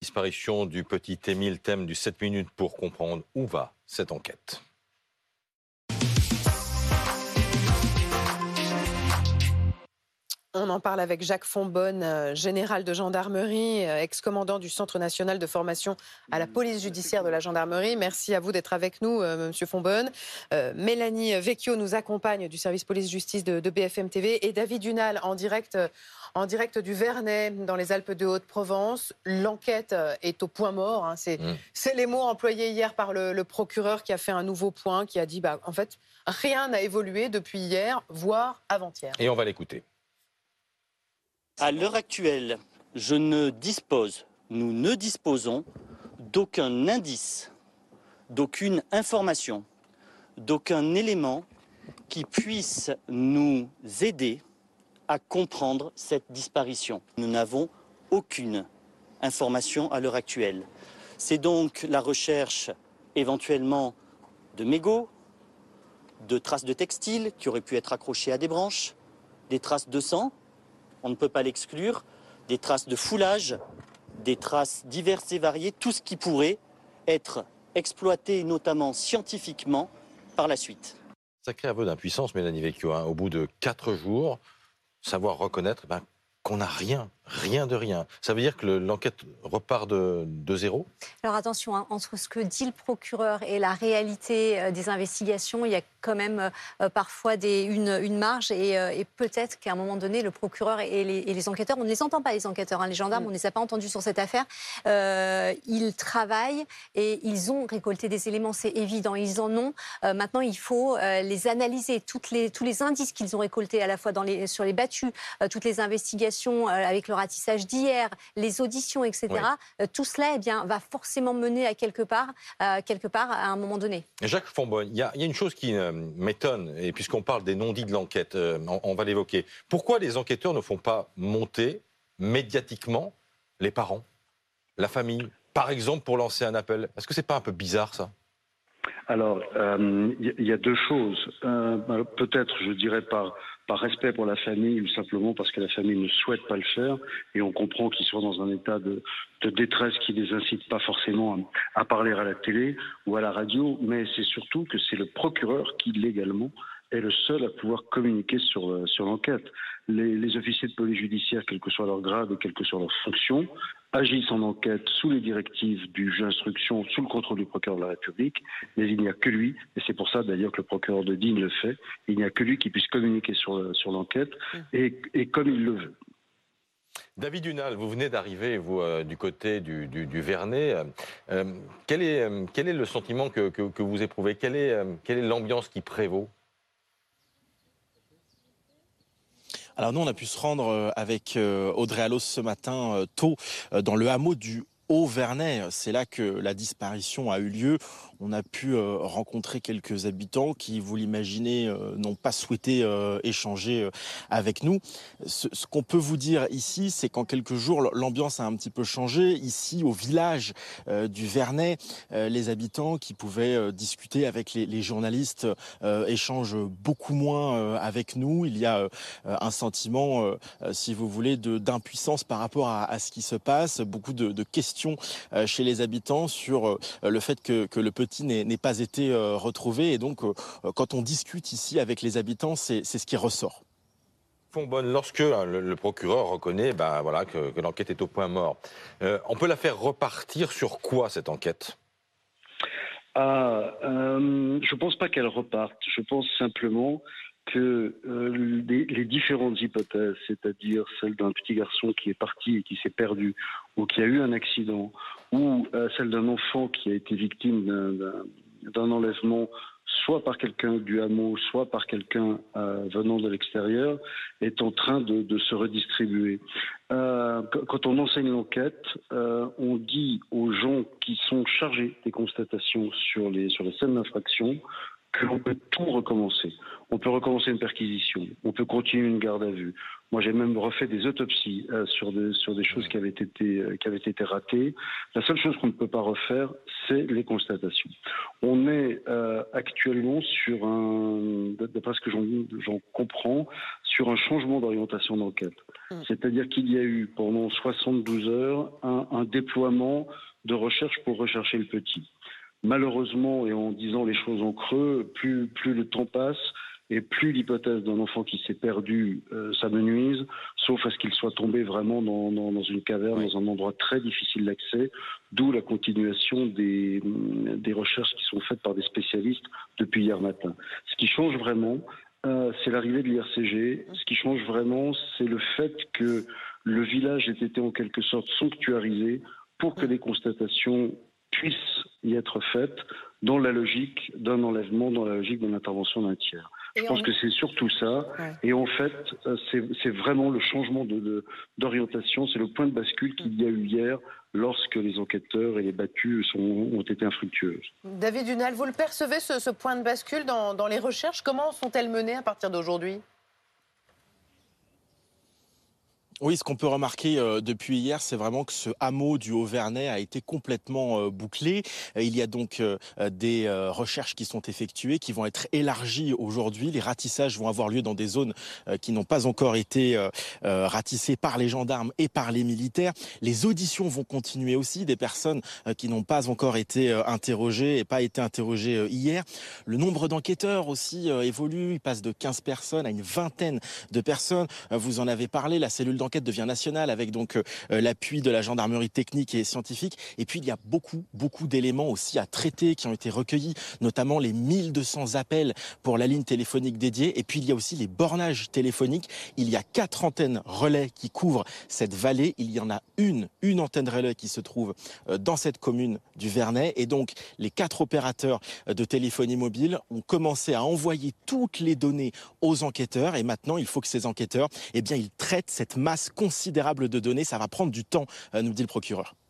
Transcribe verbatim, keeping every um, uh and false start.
disparition du petit Émile, thème du sept minutes pour comprendre où va cette enquête. On en parle avec Jacques Fonbonne, euh, général de gendarmerie, euh, ex-commandant du Centre national de formation à la police judiciaire de la gendarmerie. Merci à vous d'être avec nous, euh, Monsieur Fonbonne. Euh, Mélanie Vecchio nous accompagne du service police-justice de, de B F M T V et David Dunal en direct, euh, en direct du Vernet, dans les Alpes de Haute-Provence. L'enquête euh, est au point mort. Hein. C'est, mmh. c'est les mots employés hier par le, le procureur qui a fait un nouveau point, qui a dit, bah, en fait, rien n'a évolué depuis hier, voire avant-hier. Et on va l'écouter. À l'heure actuelle, je ne dispose, nous ne disposons d'aucun indice, d'aucune information, d'aucun élément qui puisse nous aider à comprendre cette disparition. Nous n'avons aucune information à l'heure actuelle. C'est donc la recherche éventuellement de mégots, de traces de textiles qui auraient pu être accrochées à des branches, des traces de sang. On ne peut pas l'exclure, des traces de foulage, des traces diverses et variées, tout ce qui pourrait être exploité, notamment scientifiquement, par la suite. Sacré aveu d'impuissance, Mélanie Vecchio, hein. Au bout de quatre jours, savoir reconnaître ben, qu'on n'a rien, rien de rien. Ça veut dire que le, l'enquête repart de, de zéro ? Alors attention, hein, entre ce que dit le procureur et la réalité euh, des investigations, il y a quand même euh, parfois des, une, une marge et, euh, et peut-être qu'à un moment donné, le procureur et les, et les enquêteurs, on ne les entend pas les enquêteurs, hein, les gendarmes, mmh. on ne les a pas entendus sur cette affaire, euh, ils travaillent et ils ont récolté des éléments, c'est évident, ils en ont. Euh, maintenant, il faut euh, les analyser, toutes les, tous les indices qu'ils ont récoltés à la fois dans les, sur les battus, euh, toutes les investigations euh, avec le ratissage d'hier, les auditions, et cetera. Oui. Euh, tout cela eh bien, va forcément mener à quelque part, euh, quelque part à un moment donné. Jacques Fonbonne, il y, y a une chose qui euh, m'étonne, et puisqu'on parle des non-dits de l'enquête, euh, on, on va l'évoquer. Pourquoi les enquêteurs ne font pas monter médiatiquement les parents, la famille, par exemple pour lancer un appel ? Est-ce que c'est pas un peu bizarre ça ? Alors, il euh, y, y a deux choses. Euh, peut-être, je dirais, par, par respect pour la famille, ou simplement parce que la famille ne souhaite pas le faire, et on comprend qu'ils soient dans un état de, de détresse qui ne les incite pas forcément à, à parler à la télé ou à la radio, mais c'est surtout que c'est le procureur qui, légalement, est le seul à pouvoir communiquer sur, sur l'enquête. Les, les officiers de police judiciaire, quel que soit leur grade et quelle que soit leur fonction, agissent en enquête sous les directives du juge d'instruction, sous le contrôle du procureur de la République, mais il n'y a que lui, et c'est pour ça d'ailleurs que le procureur de Digne le fait, il n'y a que lui qui puisse communiquer sur, sur l'enquête, et, et comme il le veut. David Dunal, vous venez d'arriver, vous, euh, du côté du, du, du Vernet. Euh, quel, est, euh, quel est le sentiment que, que, que vous éprouvez ? Quelle est, euh, quelle est l'ambiance qui prévaut ? Alors nous, on a pu se rendre avec Audrey Allos ce matin tôt dans le hameau du Haut-Vernet. C'est là que la disparition a eu lieu. On a pu euh, rencontrer quelques habitants qui, vous l'imaginez, euh, n'ont pas souhaité euh, échanger euh, avec nous. Ce, ce qu'on peut vous dire ici, c'est qu'en quelques jours, l'ambiance a un petit peu changé. Ici, au village euh, du Vernet, euh, les habitants qui pouvaient euh, discuter avec les, les journalistes euh, échangent beaucoup moins euh, avec nous. Il y a euh, un sentiment, euh, si vous voulez, de, d'impuissance par rapport à, à ce qui se passe. Beaucoup de, de questions euh, chez les habitants sur euh, le fait que, que le petit n'ait pas été euh, retrouvé. Et donc, euh, quand on discute ici avec les habitants, c'est ce qui ressort. Fonbonne, lorsque hein, le, le procureur reconnaît ben, voilà, que, que l'enquête est au point mort, euh, on peut la faire repartir sur quoi, cette enquête ? Ah, euh, je ne pense pas qu'elle reparte. Je pense simplement que euh, les, les différentes hypothèses, c'est-à-dire celle d'un petit garçon qui est parti et qui s'est perdu, ou qui a eu un accident, ou euh, celle d'un enfant qui a été victime d'un, d'un enlèvement, soit par quelqu'un du hameau, soit par quelqu'un euh, venant de l'extérieur, est en train de, de se redistribuer. Euh, quand on enseigne l'enquête, euh, on dit aux gens qui sont chargés des constatations sur les, sur les scènes d'infraction que l'on peut tout recommencer. On peut recommencer une perquisition, on peut continuer une garde à vue, Moi, j'ai même refait des autopsies euh, sur, des, sur des choses qui avaient été, euh, qui avaient été ratées. La seule chose qu'on ne peut pas refaire, c'est les constatations. On est euh, actuellement sur un, d'après ce que j'en, j'en comprends, sur un changement d'orientation d'enquête. C'est-à-dire qu'il y a eu pendant soixante-douze heures un, un déploiement de recherche pour rechercher le petit. Malheureusement, et en disant les choses en creux, plus, plus le temps passe et plus l'hypothèse d'un enfant qui s'est perdu euh, s'amenuise, sauf à ce qu'il soit tombé vraiment dans, dans, dans une caverne, oui. dans un endroit très difficile d'accès, d'où la continuation des, des recherches qui sont faites par des spécialistes depuis hier matin. Ce qui change vraiment, euh, c'est l'arrivée de l'I R C G. Ce qui change vraiment, c'est le fait que le village ait été en quelque sorte sanctuarisé pour que les constatations puissent y être faites dans la logique d'un enlèvement, dans la logique d'une intervention d'un tiers. Je pense que c'est surtout ça. Ouais. Et en fait, c'est, c'est vraiment le changement de, de, d'orientation, c'est le point de bascule qu'il y a eu hier lorsque les enquêteurs et les battues sont, ont été infructueuses. David Dunal, vous le percevez, ce, ce point de bascule dans, dans les recherches? Comment sont-elles menées à partir d'aujourd'hui? Oui, ce qu'on peut remarquer euh, depuis hier, c'est vraiment que ce hameau du Haut-Vernay a été complètement euh, bouclé. Il y a donc euh, des euh, recherches qui sont effectuées, qui vont être élargies aujourd'hui. Les ratissages vont avoir lieu dans des zones euh, qui n'ont pas encore été euh, euh, ratissées par les gendarmes et par les militaires. Les auditions vont continuer aussi, des personnes euh, qui n'ont pas encore été euh, interrogées et pas été interrogées euh, hier. Le nombre d'enquêteurs aussi euh, évolue. Il passe de quinze personnes à une vingtaine de personnes. Euh, vous en avez parlé, la cellule d'enquête L'enquête devient nationale avec donc euh, l'appui de la gendarmerie technique et scientifique. Et puis il y a beaucoup, beaucoup d'éléments aussi à traiter qui ont été recueillis, notamment les mille deux cents appels pour la ligne téléphonique dédiée. Et puis il y a aussi les bornages téléphoniques. Il y a quatre antennes relais qui couvrent cette vallée. Il y en a une, une antenne relais qui se trouve euh, dans cette commune du Vernay. Et donc les quatre opérateurs de téléphonie mobile ont commencé à envoyer toutes les données aux enquêteurs. Et maintenant, il faut que ces enquêteurs, eh bien, ils traitent cette masse considérable de données. Ça va prendre du temps, nous dit le procureur.